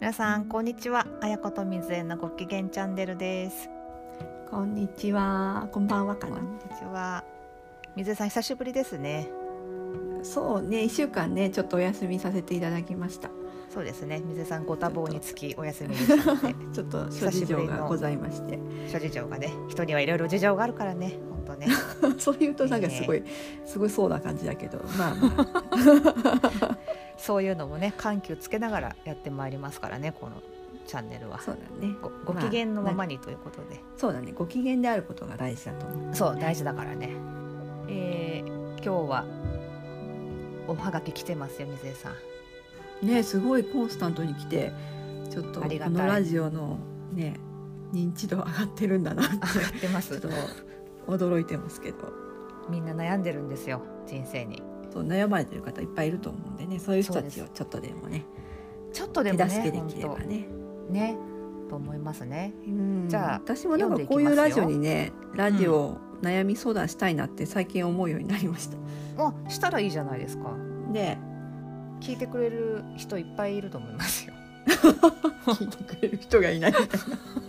皆さんこんにちは。あやことみずえのご機嫌チャンネルです。 こんにちは、こんばんはかな。 こんにちは。みずえさん久しぶりですね。 そうね、1週間ねちょっとお休みさせていただきました。 そうですね、みずえさんご多忙につきお休みでしたのでちょっと諸事情がございまして諸事情がね、人にはいろいろ事情があるからね、本当ねそういうとなんかすごいそうな感じだけど、まあまあそういうのもね緩急つけながらやってまいりますからね、このチャンネルは。 そうだね、 ご機嫌のままにということで、 そうだね、ご機嫌であることが大事だと思う。 そう大事だからね。今日はおはがき来てますよ、みずえさんね。すごいコンスタントに来て、ちょっとこのラジオのね認知度上がってるんだなって上がってますちょっと驚いてますけど、 みんな悩んでるんですよ、人生に。 そう悩まれてる方いっぱいいると思うんでね、そういう人たちをちょっとでもね手助けできればねと思いますね。 じゃあ私もなんかこういうラジオにね、ラジオ悩み相談したいなって最近思うようになりました。 したらいいじゃないですか。 で聞いてくれる人いっぱいいると思いますよ聞いてくれる人がいないみたい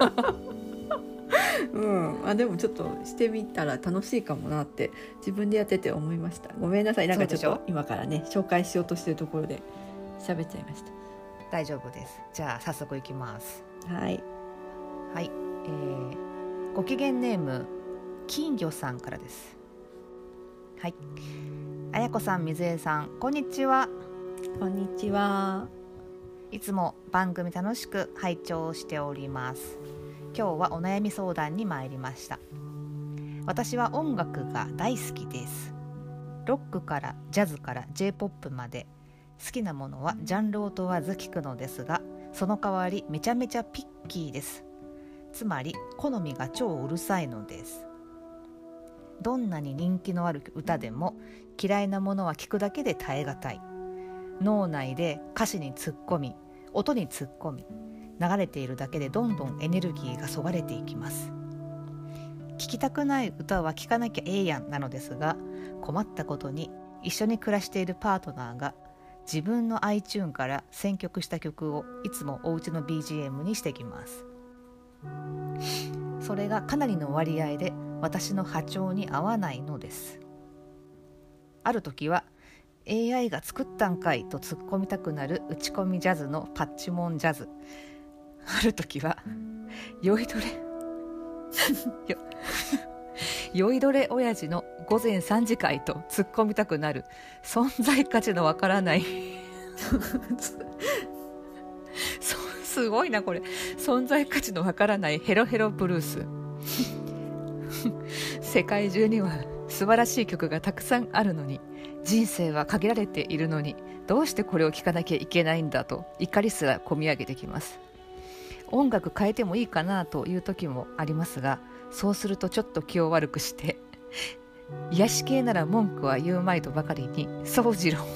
なでもちょっとしてみたら楽しいかもなって自分でやってて思いました。ごめんなさい、なんかちょっと今からね紹介しようとしてるところで喋っちゃいました。 大丈夫です。じゃあ早速いきます。 はいはい、ご機嫌ネーム金魚さんからです。はい、あやこさん、みずえさん、こんにちは。 こんにちは。 いつも番組楽しく拝聴しております。今日はお悩み相談に参りました。私は音楽が大好きです。ロックからジャズから J-POP まで好きなものはジャンルを問わず聞くのですが、その代わりめちゃめちゃピッキーです。つまり好みが超うるさいのです。どんなに人気のある歌でも嫌いなものは聞くだけで耐え難い。脳内で歌詞に突っ込み、音に突っ込み、流れているだけでどんどんエネルギーがそがれていきます。聞きたくない歌は聞かなきゃええやんなのですが、困ったことに一緒に暮らしているパートナーが自分の iTunes から選曲した曲をいつもお家の BGM にしてきます。それがかなりの割合で私の波長に合わないのです。ある時はAI が作ったんかいと突っ込みたくなる打ち込みジャズのパッチモンジャズ。ある時は酔いどれ酔いどれ親父の午前3時会と突っ込みたくなる存在価値のわからないすごいなこれ、存在価値のわからないヘロヘロブルース世界中には素晴らしい曲がたくさんあるのに、人生は限られているのに、どうしてこれを聴かなきゃいけないんだと怒りすらこみ上げてきます。音楽変えてもいいかなという時もありますが、そうするとちょっと気を悪くして癒し系なら文句は言うまいとばかりに宗次郎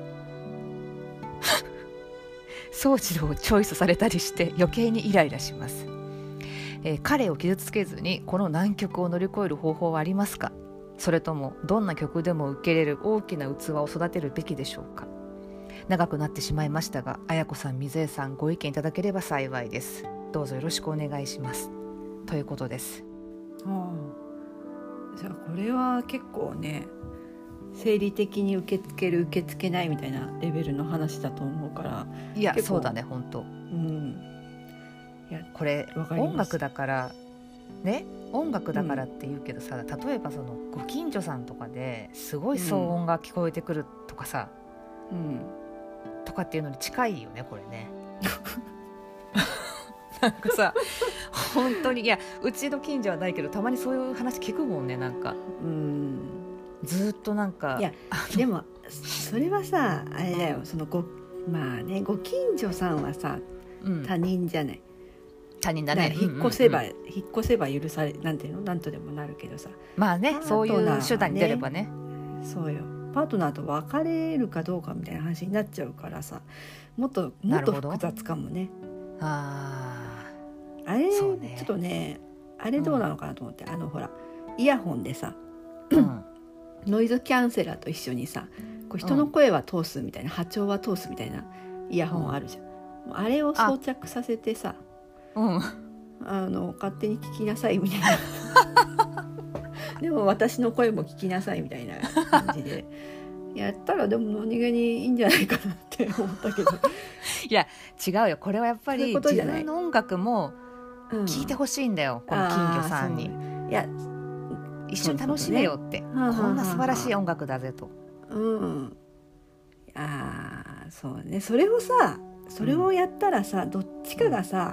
をチョイスされたりして余計にイライラします。彼を傷つけずにこの難局を乗り越える方法はありますか？それともどんな曲でも受け入れる大きな器を育てるべきでしょうか？長くなってしまいましたが、あやこさん、みずえさん、ご意見いただければ幸いです。どうぞよろしくお願いします、ということです。 じゃあこれは結構ね生理的に受け付ける受け付けないみたいなレベルの話だと思うから、 いやそうだね、本当。いやこれ音楽だからね、音楽だからって言うけどさ、例えばそのご近所さんとかですごい騒音が聞こえてくるとかさ、とかっていうのに近いよねこれねなんかさ本当に、いやうちの近所はないけどたまにそういう話聞くもんね。なんかずっとなんか、 いやでもそれはさあれだよ、そのまあね、ご近所さんはさ、他人じゃない、 他人だね。 引っ越せば許され、なんていうの、なんとでもなるけどさ、 まあね、そういう手段に出ればね。 そうよ、パートナーと別れるかどうかみたいな話になっちゃうからさ、もっと複雑かもね。あれ、ちょっとね、あれどうなのかなと思って、ほらイヤホンでさ、ノイズキャンセラーと一緒にさ、こう人の声は通すみたいな、波長は通すみたいなイヤホンあるじゃん。 あれを装着させてさ、勝手に聞きなさいみたいなでも私の声も聞きなさいみたいな感じでやったら、でも何気にいいんじゃないかなって思ったけどいや違うよ、これはやっぱり自分の音楽も聞いてほしいんだよ、この金魚さんに。いや一緒に楽しめよって、こんな素晴らしい音楽だぜと。 そうね、それをやったらさ、どっちか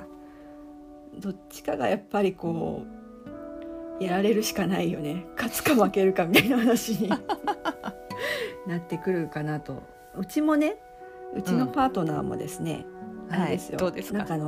がやっぱりこうやられるしかないよね。勝つか負けるかみたいな話になってくるかなと。うちもね、うちのパートナーもですね、あれですよ、 どうですか。 なんか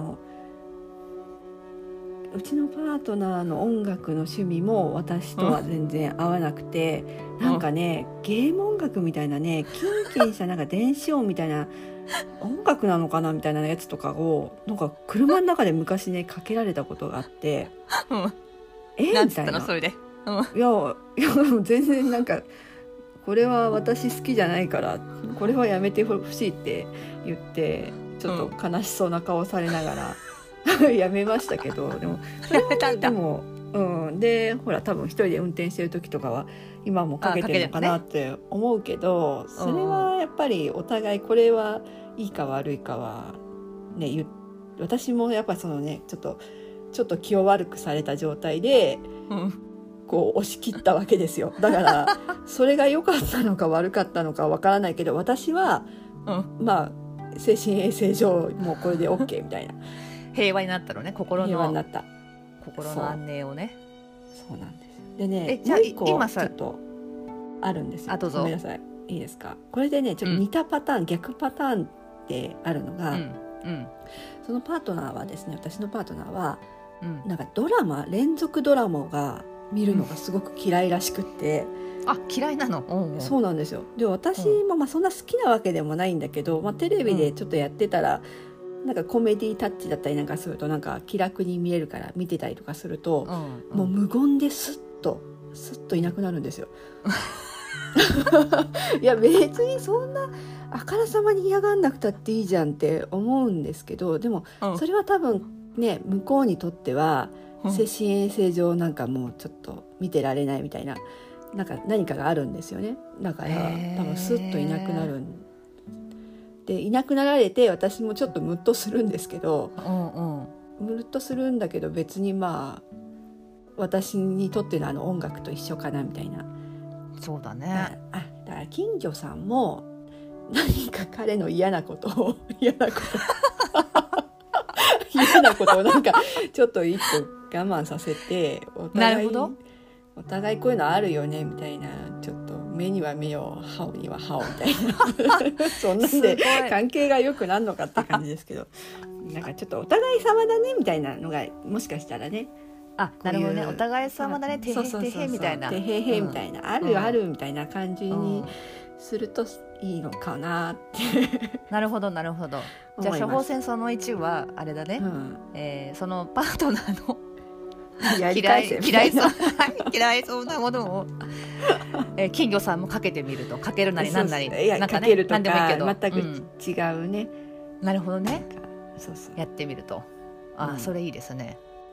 うちのパートナーの音楽の趣味も私とは全然合わなくて、なんかね、ゲーム音楽みたいなね、キンキンしたなんか電子音みたいな音楽なのかなみたいなやつとかをなんか車の中で昔ねかけられたことがあって、みたいな。 それで、 いや全然なんかこれは私好きじゃないからこれはやめてほしいって言ってちょっと悲しそうな顔されながらやめましたけど、でもやめたんだ。 でも、でほら多分一人で運転してる時とかは今もかけてるのかなって思うけど、それはやっぱりお互いこれはいいか悪いかはね、私もやっぱりそのねちょっと気を悪くされた状態で、こう押し切ったわけですよ。だからそれが良かったのか悪かったのかわからないけど、私は、まあ精神衛生上もうこれで OK みたいな平和になったのね、心の安寧をね。 そうなんですよ。でね、もう一個ちょっとあるんですよ。 どうぞ。 ごめんなさい、いいですか。これでねちょっと似たパターン、逆パターンってあるのが、そのパートナーはですね、私のパートナーは、なんか連続ドラマが見るのがすごく嫌いらしくって、 嫌いなの。 そうなんですよ。で私もそんな好きなわけでもないんだけど、テレビでちょっとやってたら、なんかコメディタッチだったりなんかするとなんか気楽に見えるから見てたりとかすると、もう無言でスッといなくなるんですよいや別にそんなあからさまに嫌がんなくたっていいじゃんって思うんですけど、でもそれは多分ね、向こうにとっては精神衛生上なんかもうちょっと見てられないみたいな、なんか何かがあるんですよね。だから多分スッといなくなるで、いなくなられて私もちょっとムッとするんですけど、ムッとするんだけど別に私にとっての音楽と一緒かなみたいな。 そうだね。 だから金魚さんも何か彼の嫌なことをなんかちょっと一個我慢させて、お互いこういうのあるよねみたいな、ちょっと目には目を歯には歯をみたいなそんなんで関係が良くなるのかって感じですけどなんかちょっとお互い様だねみたいなのがもしかしたらね、 なるほどね、お互い様だね、てへてへみたいな、 てへへみたいな、あるあるみたいな感じにするといいのかなってなるほどなるほど。じゃあ処方箋その1はあれだね、そのパートナーの嫌いそうなものを金魚さんもかけてみると、かけるなりなんなり、 なんかね、かけるとか全く違うね、 なるほどね、やってみると、それいいですね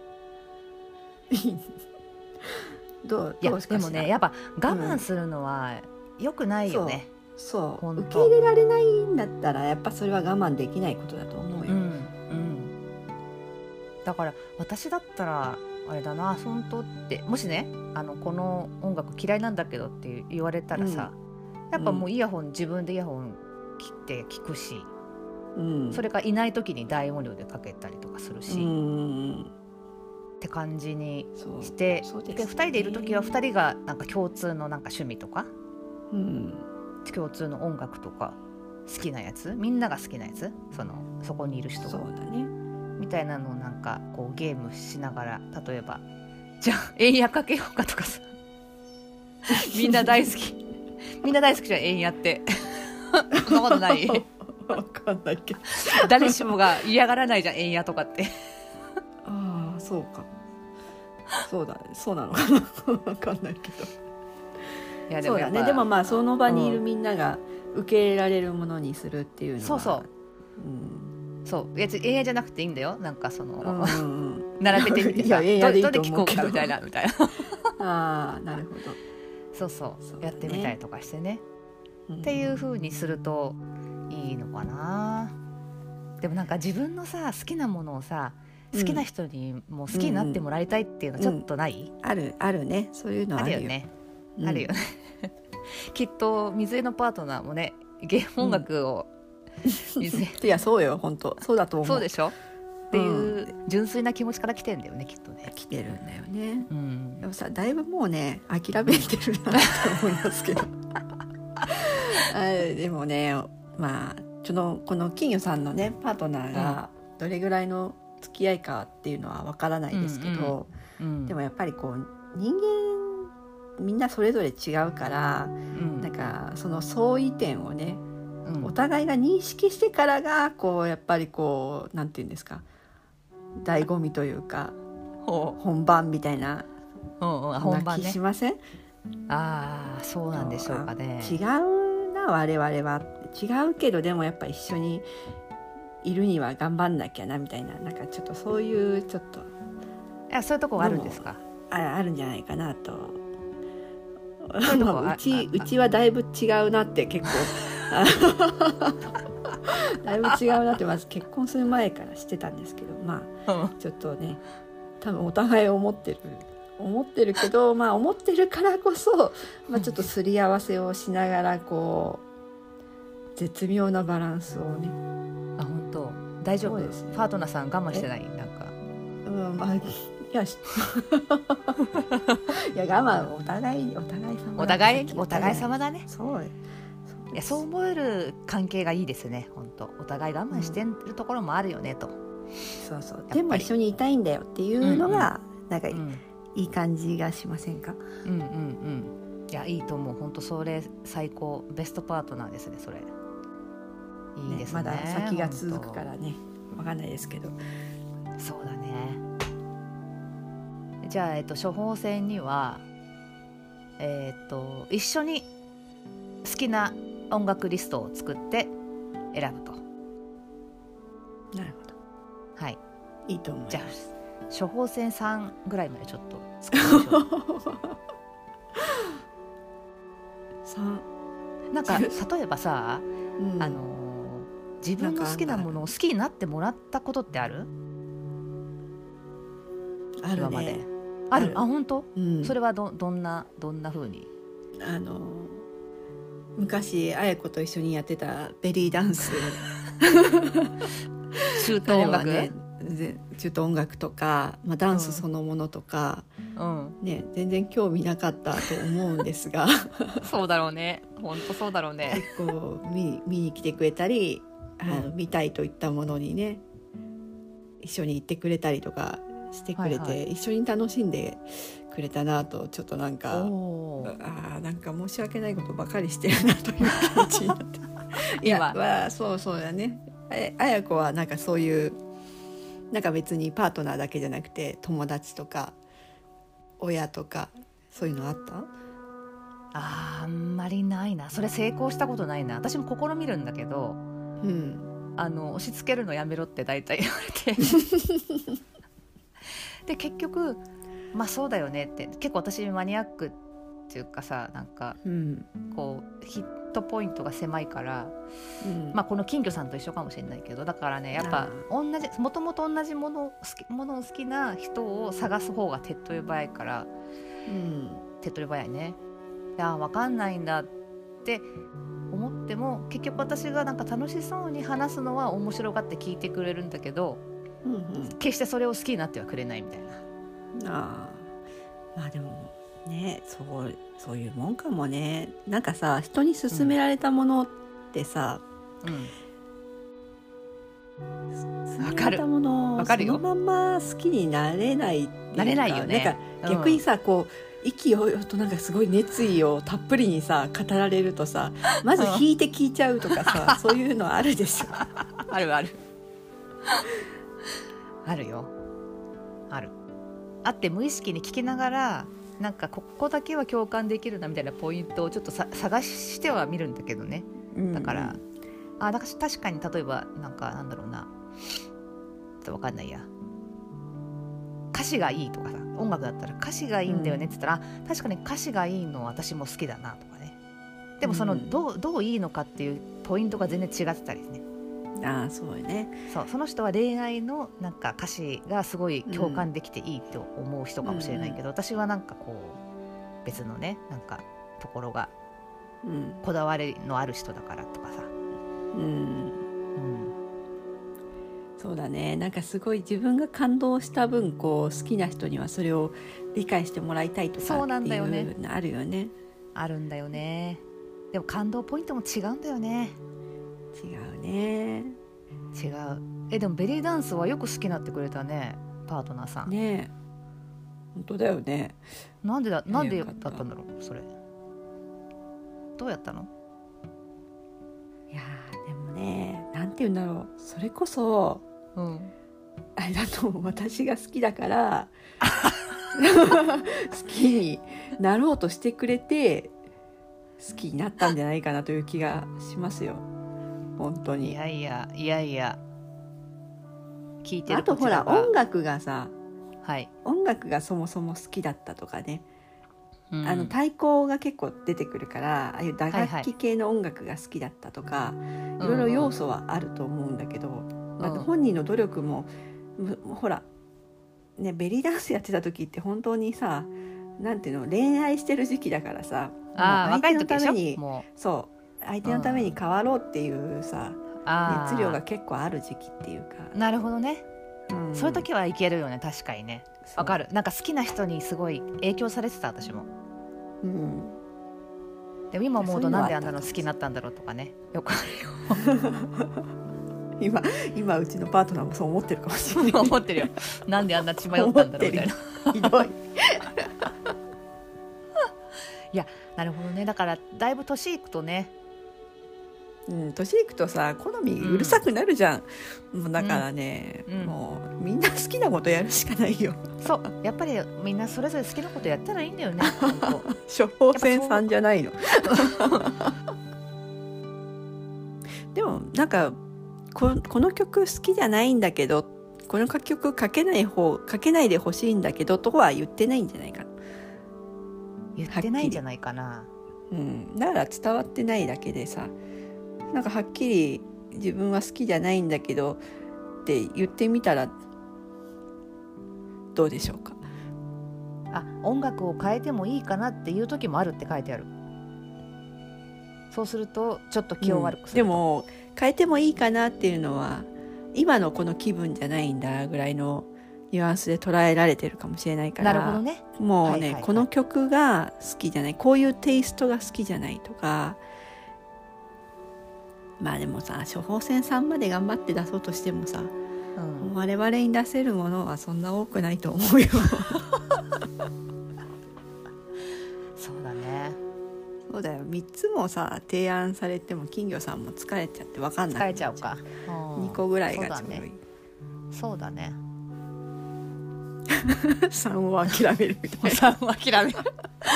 どうでもね、やっぱ我慢するのは良くないよね。 そう受け入れられないんだったらやっぱそれは我慢できないことだと思うよ。 だから私だったらあれだな、本当ってもしね、この音楽嫌いなんだけどって言われたらさ、やっぱもう自分でイヤホン切って聞くし、それからいない時に大音量でかけたりとかするし、って感じにして、2人でいる時は2人がなんか共通のなんか趣味とか、共通の音楽とか好きなやつ、みんなが好きなやつ、そこにいる人がみたいなのをなんかこうゲームしながら、例えばじゃあエンヤかけようかとかさみんな大好きじゃんエンヤってそんなことない分かんないけど誰しもが嫌がらないじゃんエンヤとかってそうか、そうだね、そうなのかな分かんないけど、いやでもそうだね。でもその場にいるみんなが受け入れられるものにするっていうのは、 そう永遠じゃなくていいんだよ、なんかその、並べてみてさどれ聞こうかみたいなああなるほど、 そうやってみたりとかしてね、っていう風にするといいのかな。でもなんか自分のさ好きなものをさ好きな人にも好きになってもらいたいっていうのちょっとない？ あるね、そういうのあるよね、 あるよねきっと水江のパートナーもね音楽を、 いやそうよ、本当そうだと思う。 そうでしょっていう純粋な気持ちから来てんだよね、きっとね。 来てるんだよね、でもさだいぶもうね諦めてるなと思いますけどでもねまあこの金魚さんのねパートナーがどれぐらいの付き合いかっていうのはわからないですけど、でもやっぱりこう人間みんなそれぞれ違うから、なんかその相違点をね、お互いが認識してからがこうやっぱりこうなんていうんですか、醍醐味というか本番みたいな気しません？ ああそうなんでしょうかね。 違うな我々は違うけどでもやっぱ一緒にいるには頑張んなきゃなみたいな、なんかちょっとそういうちょっとそういうとこがあるんですか？ あるんじゃないかなと。うちはだいぶ違うなって結構だいぶ違うなってまず結婚する前からしてたんですけど、まあちょっとね多分お互い思ってるけどまあ思ってるからこそ、まあ、ちょっとすり合わせをしながらこう絶妙なバランスをね。 本当大丈夫です、ね、パートナーさん我慢してない？なんかまあいや我慢お互い様お互い様だね。 そういやそう思える関係がいいですね。本当お互い我慢してるところもあるよねと、 そうでも一緒にいたいんだよっていうのが、なんかいい感じがしませんか？ いやいいと思う。本当それ最高ベストパートナーですね。それいいですね。 まだ先が続くからね分かんないですけど。 そうだね。じゃあ、処方箋には一緒に好きな音楽リストを作って選ぶと。 なるほど。 はい。 いいと思います。 じゃあ処方箋3ぐらいまでちょっと作りましょう。3なんか例えばさ、自分の好きなものを好きになってもらったことってある？ あるね。 ある。本当？それはどんな風に？ 昔綾子と一緒にやってたベリーダンス中東音楽、 ね、中東音楽とか、ダンスそのものとか、全然興味なかったと思うんですがそうだろうね。本当そうだろうね。 結構見に来てくれたり、見たいといったものにね一緒に行ってくれたりとかしてくれて、一緒に楽しんでくれたなと、ちょっとなんかなんか申し訳ないことばかりしてるなという気持ちになっていや、そうだね。綾子はなんかそういうなんか別にパートナーだけじゃなくて友達とか親とかそういうのあった？ あんまりないな。それ成功したことないな。私も試みるんだけど、押し付けるのやめろって大体言われてで結局そうだよねって。結構私マニアックっていうかさ、なんか、こうヒットポイントが狭いから、この金魚さんと一緒かもしれないけど、だからねやっぱもともと同じものを好きな人を探す方が手っ取り早いから、手っ取り早いね。分かんないんだって思っても結局私がなんか楽しそうに話すのは面白がって聞いてくれるんだけど、決してそれを好きになってはくれないみたいな。 でもね、そういうもんかもね。なんかさ、人に勧められたものってさ、勧められたものをそのまま好きになれないっていうか、 なれないよね。 なんか逆にさ、こう意気揚々となんかすごい熱意をたっぷりにさ語られるとさ、まず引いて聞いちゃうとかさ、そういうのあるでしょ。 あるあるあるよ。あって無意識に聞きながら、なんかここだけは共感できるなみたいなポイントをちょっと探しては見るんだけどね。だからだから確かに例えばなんだろうな、 と分かんないや、歌詞がいいとかさ、音楽だったら歌詞がいいんだよねって言ったら、確かに歌詞がいいのは私も好きだなとかね。でもそのどういいのかっていうポイントが全然違ってたりね。 そうよね。 その人は恋愛のなんか歌詞がすごい共感できていいと思う人かもしれないけど、私はなんかこう別のね、なんかところがこだわりのある人だからとかさ、 そうだね。なんかすごい自分が感動した分好きな人にはそれを理解してもらいたいとかっていうのあるよね。 あるんだよね。でも感動ポイントも違うんだよね。 違うね。 違う。でもベリーダンスはよく好きになってくれたね、パートナーさんね。本当だよね。 なんでだったんだろう、それ。どうやったの？ いやでもね、なんて言うんだろう、それこそ、あれだと私が好きだから好きになろうとしてくれて好きになったんじゃないかなという気がしますよ、本当に。 いやいや聞いてる。 あとほら音楽がさ、音楽がそもそも好きだったとかね、太鼓が結構出てくるから、ああいう打楽器系の音楽が好きだったとか、いろいろ要素はあると思うんだけど、本人の努力もほらね、ベリーダンスやってた時って本当にさ、なんていうの、恋愛してる時期だからさ、相手のために相手のために変わろうっていうさ、熱量が結構ある時期っていうか。 なるほどね、そういう時はいけるよね。確かにね、わかる。なんか好きな人にすごい影響されてた、私も。でも今思うとなんであんなの好きになったんだろうとかね、よくあるよ今うちのパートナーもそう思ってるかもしれない思ってるよ。なんであんな血迷ったんだろうみたいな。 ひどいいや、なるほどね。だからだいぶ年いくとね、 年いくとさ、好みうるさくなるじゃん、もうだからね、もうみんな好きなことやるしかないよ。 そう、やっぱりみんなそれぞれ好きなことやったらいいんだよね処方箋さんじゃないのでもなんかこの曲好きじゃないんだけど、この曲かけないでほしいんだけどとは言ってないんじゃないかな。 言ってないんじゃないかな。 だから伝わってないだけでさ、なんかはっきり自分は好きじゃないんだけどって言ってみたらどうでしょうか。 音楽を変えてもいいかなっていう時もあるって書いてある。そうするとちょっと気を悪くする、 でも変えてもいいかなっていうのは今のこの気分じゃないんだぐらいのニュアンスで捉えられてるかもしれないから。 なるほどね。 もうね、この曲が好きじゃない、こういうテイストが好きじゃないとか、でもさ、処方箋さんまで頑張って出そうとしてもさ、我々に出せるものはそんな多くないと思うよそうだね。 そうだよ、3つもさ提案されても金魚さんも疲れちゃって分かんない。 疲れちゃうか。 2個ぐらいがちょうどいい。 そうだね 3を諦めるみたいな 3を諦める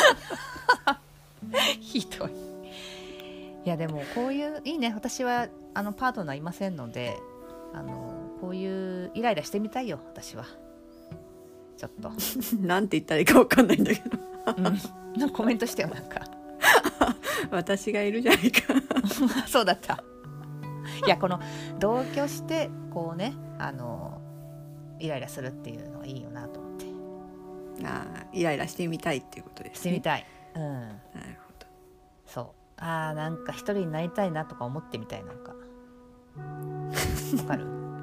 ひどい。いやでもこういういいね。私はパートナーいませんので、こういうイライラしてみたいよ、私は。ちょっとなんて言ったらいいか分かんないんだけどなんかコメントしてよ、なんか私がいるじゃないかそうだった。いや、この同居してこうね、イライラするっていうのがいいよなと思って。 イライラしてみたいっていうことですね。 してみたい。なるほど。 そう、なんか一人になりたいなとか思ってみたい。なんかわかる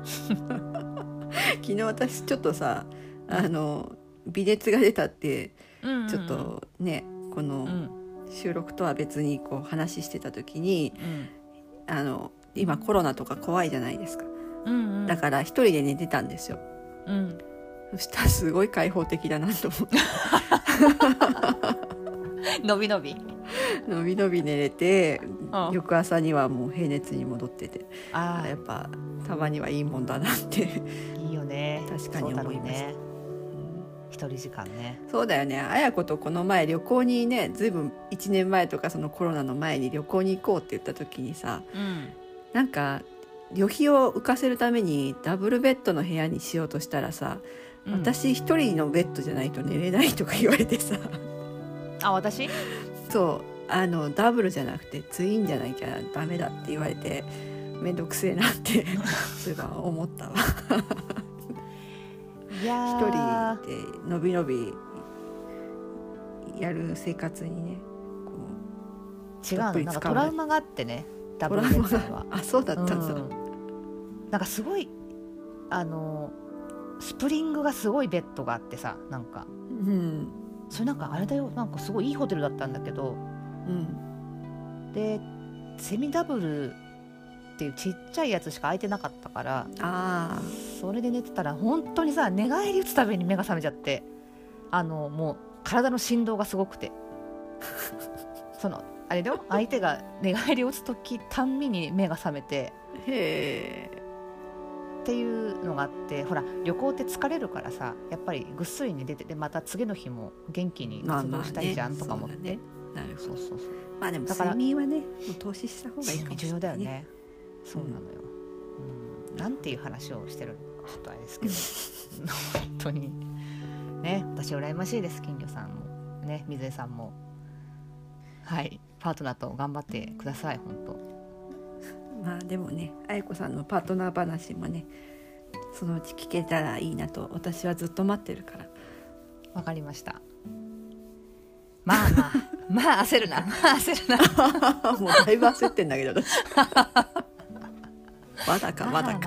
昨日私ちょっとさ、微熱が出たって、ちょっとね、この収録とは別にこう話してた時に、今コロナとか怖いじゃないですか、だから一人で寝てたんですよ、そしたらすごい開放的だなと思ってのびのび寝れて、翌朝にはもう平熱に戻ってて、やっぱたまにはいいもんだなっていいよね。 確かに思いました。 一人時間ね。 そうだよね。あやことこの前旅行にね、ずいぶん1年前とかそのコロナの前に旅行に行こうって言った時にさ、なんか旅費を浮かせるためにダブルベッドの部屋にしようとしたらさ、私一人のベッドじゃないと寝れないとか言われてさあ、私そうダブルじゃなくてツインじゃなきゃダメだって言われてめんどくせえなってそういえば思ったわいや一人でのびのびやる生活にねこう違うの、なんかトラウマがあってね、ダブルベッドはあ、そうだったんだ、 なんかすごいスプリングがすごいベッドがあってさ、なんか、それなんかあれだよ、なんかすごいいいホテルだったんだけど、でセミダブルっていうちっちゃいやつしか空いてなかったから、それで寝てたら本当にさ、寝返り打つたびに目が覚めちゃって、もう体の振動がすごくてそのあれだよ、相手が寝返りを打つ時たんびに目が覚めてっていうのがあって、ほら旅行って疲れるからさ、やっぱりぐっすり寝てて、また次の日も元気に活動したいじゃんとか思って、 なるほど。 そうまあでも睡眠はね、もう投資した方がいいかもしれないね。 重要だよね。そうなのよ、なんていう話をしてるのかちょっとあれですけど本当にね、私羨ましいです。金魚さんもね、水江さんも、はい、パートナーと頑張ってください。本当まあでもね、愛子さんのパートナー話もね、そのうち聞けたらいいなと私はずっと待ってるから。 わかりました。まあ焦るなもうだいぶ焦ってんだけどまだかまあ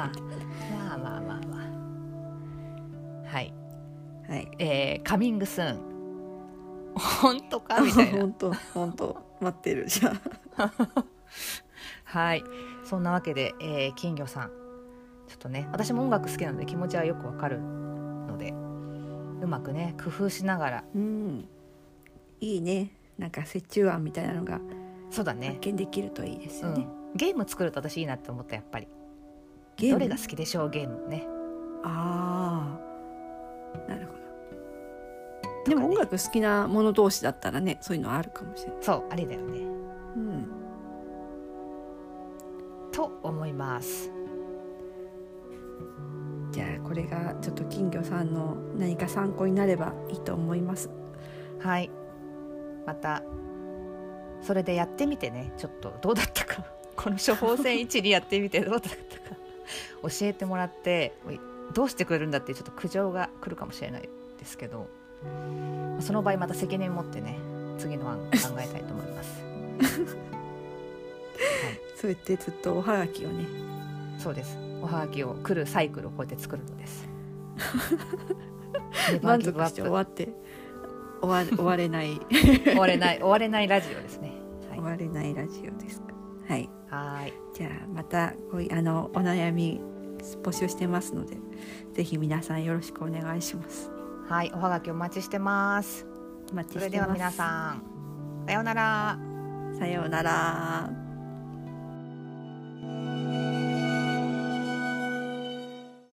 はい、カミングスーン本当かみたいな本当待ってるじゃんはい、そんなわけで、金魚さんちょっとね、私も音楽好きなので気持ちはよくわかるので、うまくね工夫しながら、 いいね、なんか折衷案みたいなのがそうだね、 発見できるといいですよね、 ゲーム作ると私いいなって思った。やっぱりどれが好きでしょうゲームね。 なるほど。でも音楽好きな者同士だったらね、そういうのあるかもしれない。 そうあれだよね、と思います。 じゃあこれがちょっと金魚さんの何か参考になればいいと思います。 はい、またそれでやってみてね、ちょっとどうだったかこの処方箋1にやってみてどうだったか教えてもらって、どうしてくれるんだっていうちょっと苦情が来るかもしれないですけど、その場合また責任持ってね、次の案考えたいと思います、 そうやってずっとおはがきをね、 そうです、おはがきを来るサイクルをこうやって作るのです満足して終わって終われない終われないラジオですね、 終われないラジオですか。はい、じゃあまたお悩み募集してますので、ぜひ皆さんよろしくお願いします。 はい、おはがきお待ちしてます。それでは皆さん、さようなら。 さようなら。